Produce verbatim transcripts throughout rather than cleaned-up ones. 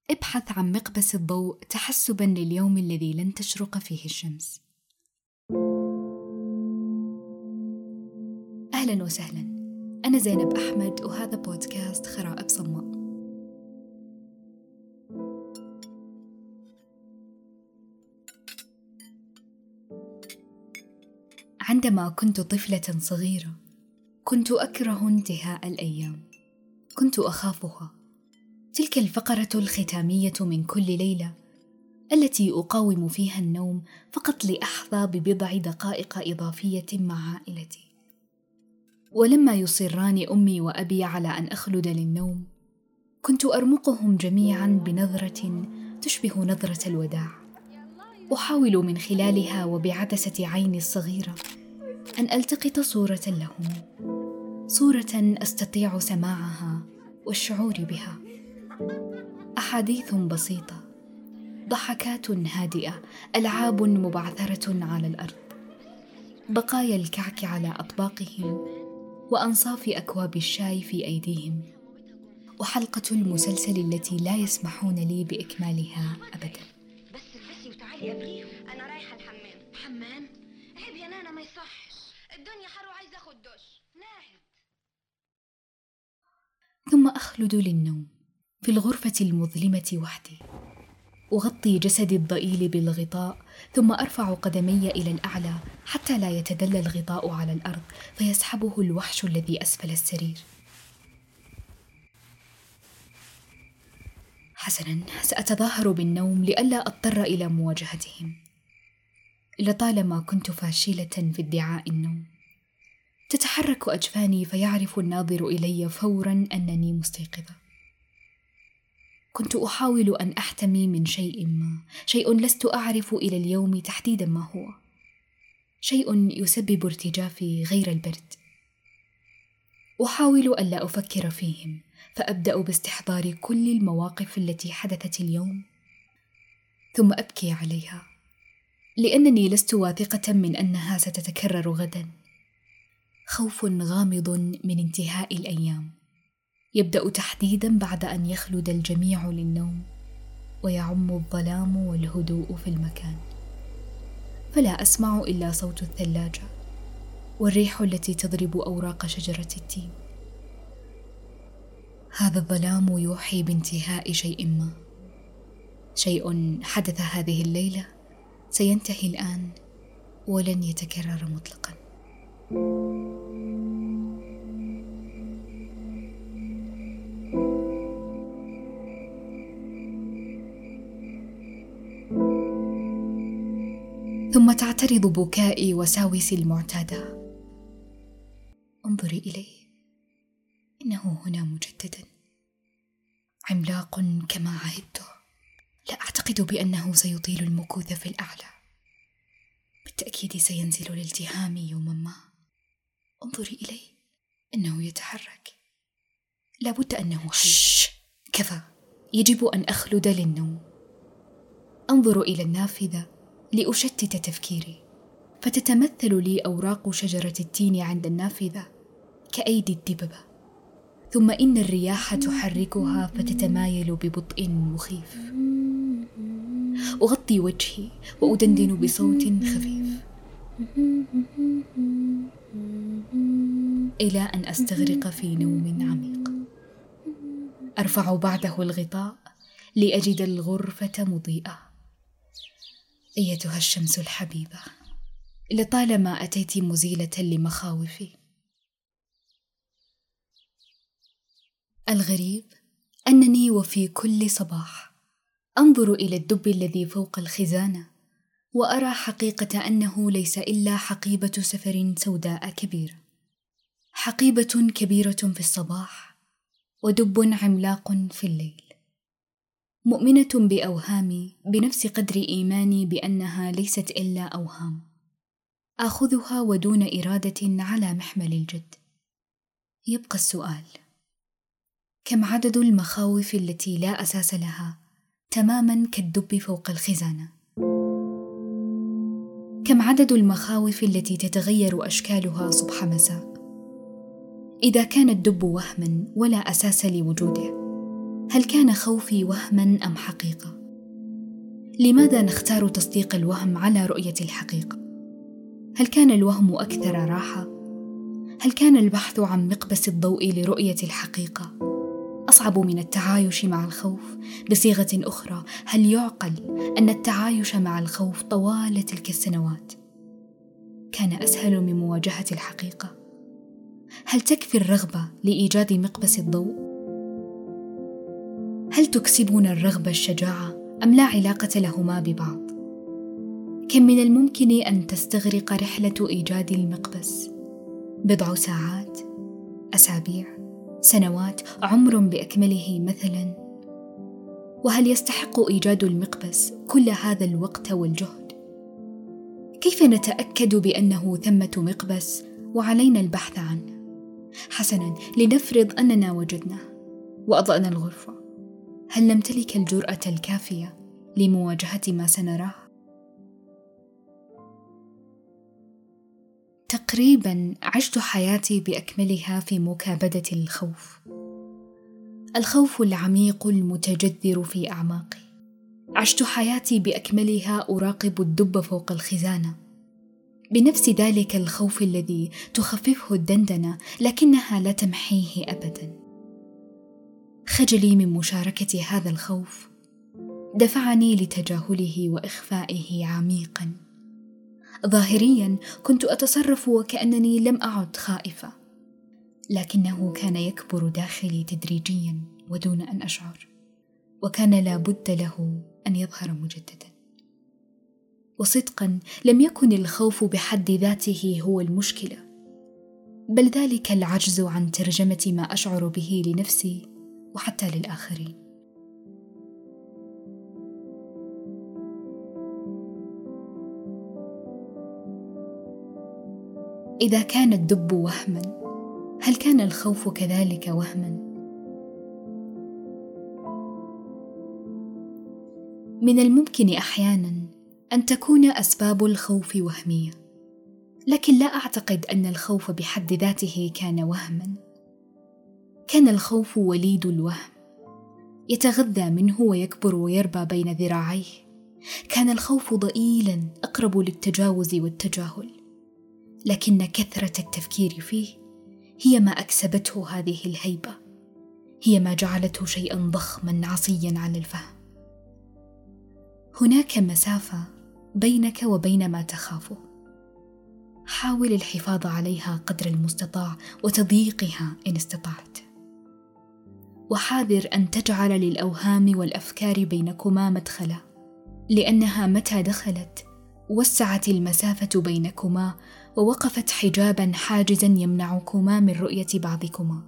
ابحث عن مقبس الضوء تحسباً لليوم الذي لن تشرق فيه الشمس. أهلاً وسهلاً، أنا زينب أحمد وهذا بودكاست خرائب صماء. عندما كنت طفلة صغيرة كنت أكره انتهاء الأيام، كنت أخافها، تلك الفقرة الختامية من كل ليلة التي أقاوم فيها النوم فقط لأحظى ببضع دقائق إضافية مع عائلتي. ولما يصران أمي وأبي على أن أخلد للنوم كنت أرمقهم جميعا بنظرة تشبه نظرة الوداع، أحاول من خلالها وبعدسة عيني الصغيرة أن ألتقط صورة لهم، صورة أستطيع سماعها والشعور بها. أحاديث بسيطة، ضحكات هادئة، ألعاب مبعثرة على الأرض، بقايا الكعك على أطباقهم وأنصاف أكواب الشاي في أيديهم، وحلقة المسلسل التي لا يسمحون لي بإكمالها أبداً. بس البسي وتعالي أبريف. أنا رايحة الحمام. حمام؟ عيب يا نانا، ما يصحش، الدنيا حر وعايزة أخد دش. ناهد. ثم أخلد للنوم في الغرفة المظلمة وحدي، أغطي جسدي الضئيل بالغطاء ثم أرفع قدمي إلى الأعلى حتى لا يتدلى الغطاء على الأرض فيسحبه الوحش الذي أسفل السرير. حسناً، سأتظاهر بالنوم لئلا أضطر إلى مواجهتهم. لطالما كنت فاشلة في ادعاء النوم. تتحرك أجفاني فيعرف الناظر إلي فوراً أنني مستيقظة. كنت أحاول أن أحتمي من شيء ما، شيء لست أعرف إلى اليوم تحديداً ما هو، شيء يسبب ارتجافي غير البرد. أحاول ألا أفكر فيهم، فأبدأ باستحضار كل المواقف التي حدثت اليوم، ثم أبكي عليها لأنني لست واثقة من أنها ستتكرر غداً. خوف غامض من انتهاء الأيام يبدأ تحديداً بعد أن يخلد الجميع للنوم ويعم الظلام والهدوء في المكان، فلا أسمع إلا صوت الثلاجة والريح التي تضرب أوراق شجرة التين. هذا الظلام يوحي بانتهاء شيء ما، شيء حدث هذه الليلة سينتهي الآن ولن يتكرر مطلقاً. ثم تعترض بكائي وساوسي المعتادة. انظري إليه، إنه هنا مجددا، عملاق كما عهدته. لا أعتقد بأنه سيطيل المكوث في الأعلى، بالتأكيد سينزل الالتهام يوما ما. انظري إليه، إنه يتحرك، لابد أنه حي. كفى، يجب أن أخلد للنوم. أنظر إلى النافذة لأشتت تفكيري، فتتمثل لي أوراق شجرة التين عند النافذة كأيدي الدببة، ثم إن الرياح تحركها فتتمايل ببطء مخيف. أغطي وجهي وأدندن بصوت خفيف إلى أن أستغرق في نوم عميق. أرفع بعده الغطاء لأجد الغرفة مضيئة. أيتها الشمس الحبيبة، لطالما أتيت مزيلة لمخاوفي. الغريب أنني وفي كل صباح أنظر إلى الدب الذي فوق الخزانة وأرى حقيقة أنه ليس إلا حقيبة سفر سوداء كبيرة، حقيبة كبيرة في الصباح ودب عملاق في الليل. مؤمنة بأوهامي بنفس قدر إيماني بأنها ليست إلا أوهام، آخذها ودون إرادة على محمل الجد. يبقى السؤال: كم عدد المخاوف التي لا أساس لها تماماً كالدب فوق الخزانة؟ كم عدد المخاوف التي تتغير أشكالها صبح مساء؟ إذا كان الدب وهماً ولا أساس لوجوده، هل كان خوفي وهماً أم حقيقة؟ لماذا نختار تصديق الوهم على رؤية الحقيقة؟ هل كان الوهم أكثر راحة؟ هل كان البحث عن مقبس الضوء لرؤية الحقيقة أصعب من التعايش مع الخوف؟ بصيغة أخرى، هل يعقل أن التعايش مع الخوف طوال تلك السنوات كان أسهل من مواجهة الحقيقة؟ هل تكفي الرغبة لإيجاد مقبس الضوء؟ هل تكسبنا الرغبة الشجاعة أم لا علاقة لهما ببعض؟ كم من الممكن أن تستغرق رحلة إيجاد المقبس؟ بضع ساعات، أسابيع، سنوات، عمر بأكمله مثلاً؟ وهل يستحق إيجاد المقبس كل هذا الوقت والجهد؟ كيف نتأكد بأنه ثمة مقبس وعلينا البحث عنه؟ حسناً، لنفرض أننا وجدناه وأضأنا الغرفة، هل نمتلك الجرأة الكافية لمواجهة ما سنراه؟ تقريباً عشت حياتي بأكملها في مكابدة الخوف، الخوف العميق المتجذر في أعماقي. عشت حياتي بأكملها أراقب الدب فوق الخزانة، بنفس ذلك الخوف الذي تخففه الدندنة لكنها لا تمحيه أبداً. خجلي من مشاركة هذا الخوف دفعني لتجاهله وإخفائه عميقاً. ظاهرياً كنت أتصرف وكأنني لم أعد خائفة، لكنه كان يكبر داخلي تدريجياً ودون أن أشعر، وكان لا بد له أن يظهر مجدداً. وصدقاً لم يكن الخوف بحد ذاته هو المشكلة، بل ذلك العجز عن ترجمة ما أشعر به لنفسي وحتى للآخرين. إذا كان الدب وهماً، هل كان الخوف كذلك وهماً؟ من الممكن أحياناً أن تكون أسباب الخوف وهمية، لكن لا أعتقد أن الخوف بحد ذاته كان وهماً. كان الخوف وليد الوهم، يتغذى منه ويكبر ويربى بين ذراعيه. كان الخوف ضئيلاً أقرب للتجاوز والتجاهل، لكن كثرة التفكير فيه هي ما أكسبته هذه الهيبة، هي ما جعلته شيئاً ضخماً عصياً على الفهم. هناك مسافة بينك وبين ما تخافه، حاول الحفاظ عليها قدر المستطاع وتضييقها إن استطعت، وحاذر أن تجعل للأوهام والأفكار بينكما مدخلا، لأنها متى دخلت وسعت المسافة بينكما ووقفت حجاباً حاجزاً يمنعكما من رؤية بعضكما،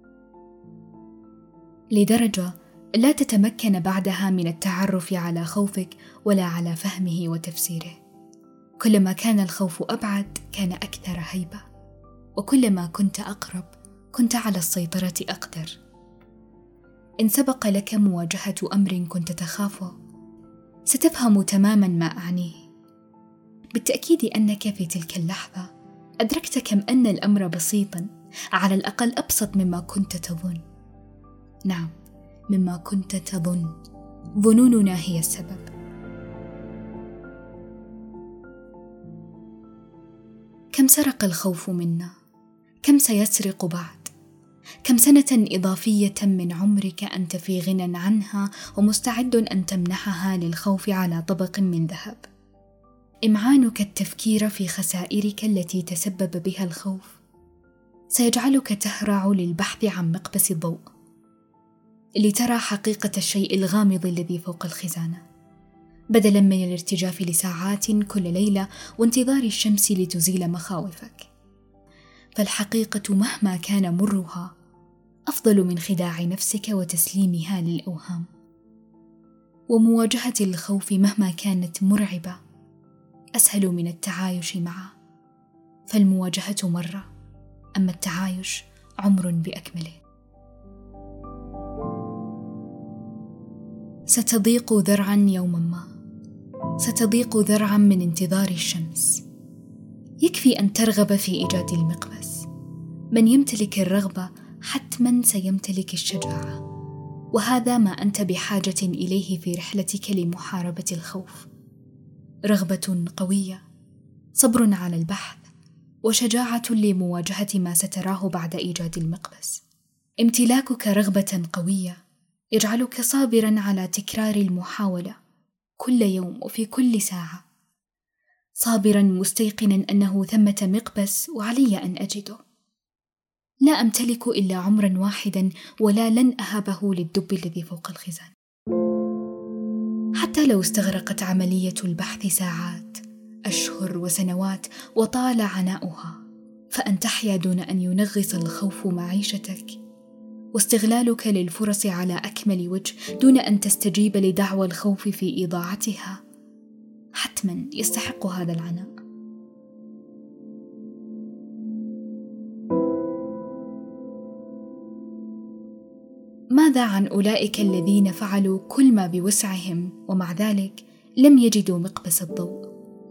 لدرجة لا تتمكن بعدها من التعرف على خوفك ولا على فهمه وتفسيره. كلما كان الخوف أبعد كان أكثر هيبة، وكلما كنت أقرب كنت على السيطرة أقدر. إن سبق لك مواجهة أمر كنت تخافه ستفهم تماماً ما أعنيه. بالتأكيد أنك في تلك اللحظة أدركت كم أن الأمر بسيطاً، على الأقل أبسط مما كنت تظن. نعم، مما كنت تظن. ظنوننا هي السبب. كم سرق الخوف منا؟ كم سيسرق بعد؟ كم سنة إضافية من عمرك أنت في غنى عنها ومستعد أن تمنحها للخوف على طبق من ذهب؟ إمعانك التفكير في خسائرك التي تسبب بها الخوف سيجعلك تهرع للبحث عن مقبس الضوء، لترى حقيقة الشيء الغامض الذي فوق الخزانة، بدلاً من الارتجاف لساعات كل ليلة وانتظار الشمس لتزيل مخاوفك. فالحقيقة مهما كان مرها أفضل من خداع نفسك وتسليمها للأوهام. ومواجهة الخوف مهما كانت مرعبة أسهل من التعايش معه، فالمواجهة مرة، أما التعايش عمر بأكمله. ستضيق ذرعاً يوماً ما، ستضيق ذرعاً من انتظار الشمس. يكفي أن ترغب في إيجاد المقبس. من يمتلك الرغبة حتماً سيمتلك الشجاعة، وهذا ما أنت بحاجة إليه في رحلتك لمحاربة الخوف: رغبة قوية، صبر على البحث، وشجاعة لمواجهة ما ستراه بعد إيجاد المقبس. امتلاكك رغبة قوية يجعلك صابراً على تكرار المحاولة كل يوم وفي كل ساعة، صابراً مستيقناً أنه ثمة مقبس وعلي أن أجده. لا أمتلك إلا عمراً واحداً، ولا لن أهبه للدب الذي فوق الخزان. حتى لو استغرقت عملية البحث ساعات، أشهر وسنوات وطال عناؤها، فأن تحيا دون أن ينغص الخوف معيشتك، واستغلالك للفرص على أكمل وجه دون أن تستجيب لدعوى الخوف في إضاعتها، حتماً يستحق هذا العناء. ماذا عن أولئك الذين فعلوا كل ما بوسعهم ومع ذلك لم يجدوا مقبس الضوء؟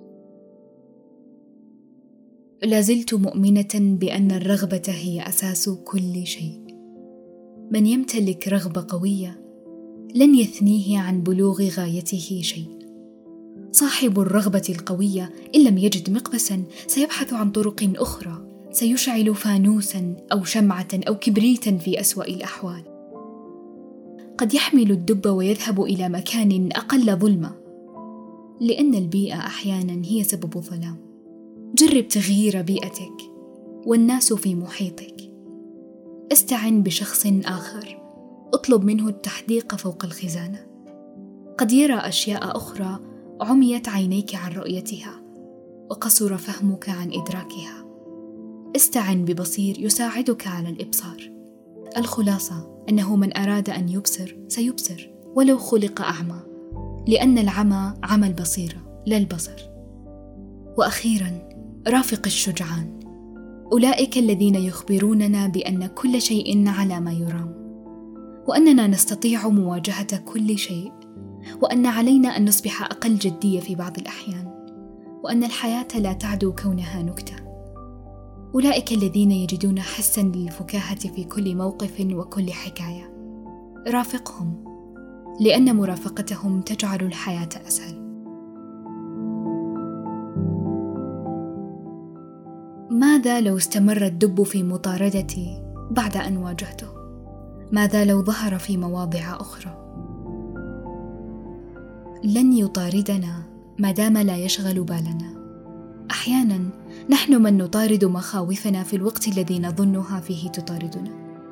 لازلت مؤمنة بأن الرغبة هي أساس كل شيء. من يمتلك رغبة قوية لن يثنيه عن بلوغ غايته شيء. صاحب الرغبة القوية إن لم يجد مقبساً سيبحث عن طرق أخرى، سيشعل فانوساً أو شمعة أو كبريتاً في أسوأ الأحوال. قد يحمل الدب ويذهب إلى مكان أقل ظلمة، لأن البيئة أحياناً هي سبب الظلام. جرب تغيير بيئتك والناس في محيطك. استعن بشخص آخر، اطلب منه التحديق فوق الخزانة. قد يرى أشياء أخرى عميت عينيك عن رؤيتها وقصر فهمك عن إدراكها. استعن ببصير يساعدك على الإبصار. الخلاصة أنه من أراد أن يبصر سيبصر ولو خلق أعمى، لأن العمى عمى البصيرة لا البصر. وأخيراً، رافق الشجعان، أولئك الذين يخبروننا بأن كل شيء على ما يرام، وأننا نستطيع مواجهة كل شيء، وأن علينا أن نصبح أقل جدية في بعض الأحيان، وأن الحياة لا تعدو كونها نكتة. أولئك الذين يجدون حساً للفكاهة في كل موقف وكل حكاية. رافقهم، لأن مرافقتهم تجعل الحياة أسهل. ماذا لو استمر الدب في مطاردتي بعد أن واجهته؟ ماذا لو ظهر في مواضع أخرى؟ لن يطاردنا ما دام لا يشغل بالنا. أحياناً نحن من نطارد مخاوفنا في الوقت الذي نظنها فيه تطاردنا.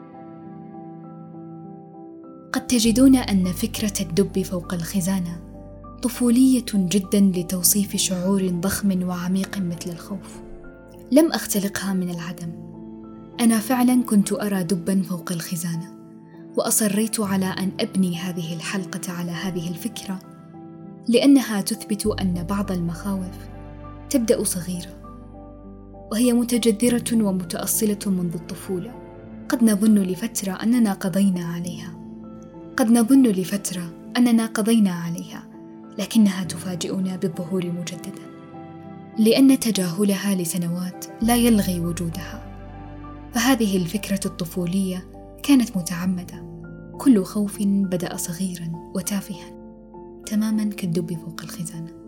قد تجدون أن فكرة الدب فوق الخزانة طفولية جداً لتوصيف شعور ضخم وعميق مثل الخوف. لم أختلقها من العدم. أنا فعلاً كنت أرى دباً فوق الخزانة، وأصريت على أن أبني هذه الحلقة على هذه الفكرة، لأنها تثبت أن بعض المخاوف تبدأ صغيرة وهي متجذرة ومتأصلة منذ الطفولة. قد نظن لفترة أننا قضينا عليها قد نظن لفترة أننا قضينا عليها لكنها تفاجئنا بالظهور مجددا، لأن تجاهلها لسنوات لا يلغي وجودها. فهذه الفكرة الطفولية كانت متعمدة. كل خوف بدأ صغيرا وتافها، تماما كالدب فوق الخزانة.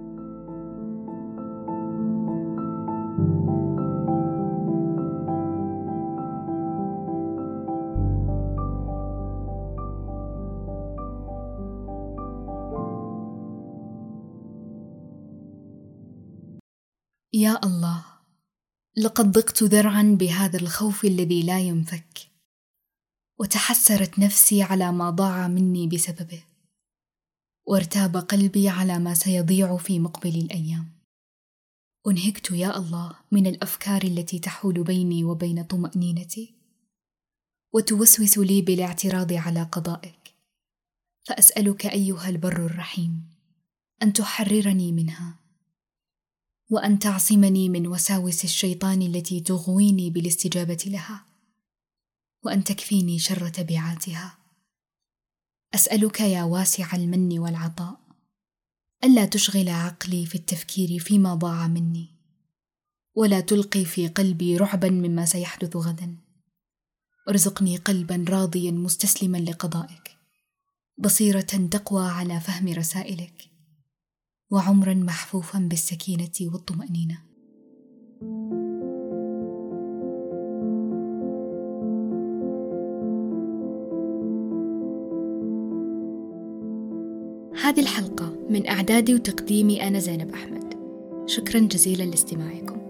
يا الله، لقد ضقت ذرعا بهذا الخوف الذي لا ينفك، وتحسرت نفسي على ما ضاع مني بسببه، وارتاب قلبي على ما سيضيع في مقبل الأيام. أنهكت يا الله من الأفكار التي تحول بيني وبين طمأنينتي، وتوسوس لي بالاعتراض على قضائك. فأسألك أيها البر الرحيم أن تحررني منها، وأن تعصمني من وساوس الشيطان التي تغويني بالاستجابة لها، وأن تكفيني شر تبعاتها. أسألك يا واسع المن والعطاء ألا تشغل عقلي في التفكير فيما ضاع مني، ولا تلقي في قلبي رعبا مما سيحدث غدا. ارزقني قلبا راضيا مستسلما لقضائك، بصيرة تقوى على فهم رسائلك، وعمرا محفوفا بالسكينة والطمأنينة. هذه الحلقة من إعدادي وتقديمي أنا زينب أحمد. شكرا جزيلا لاستماعكم.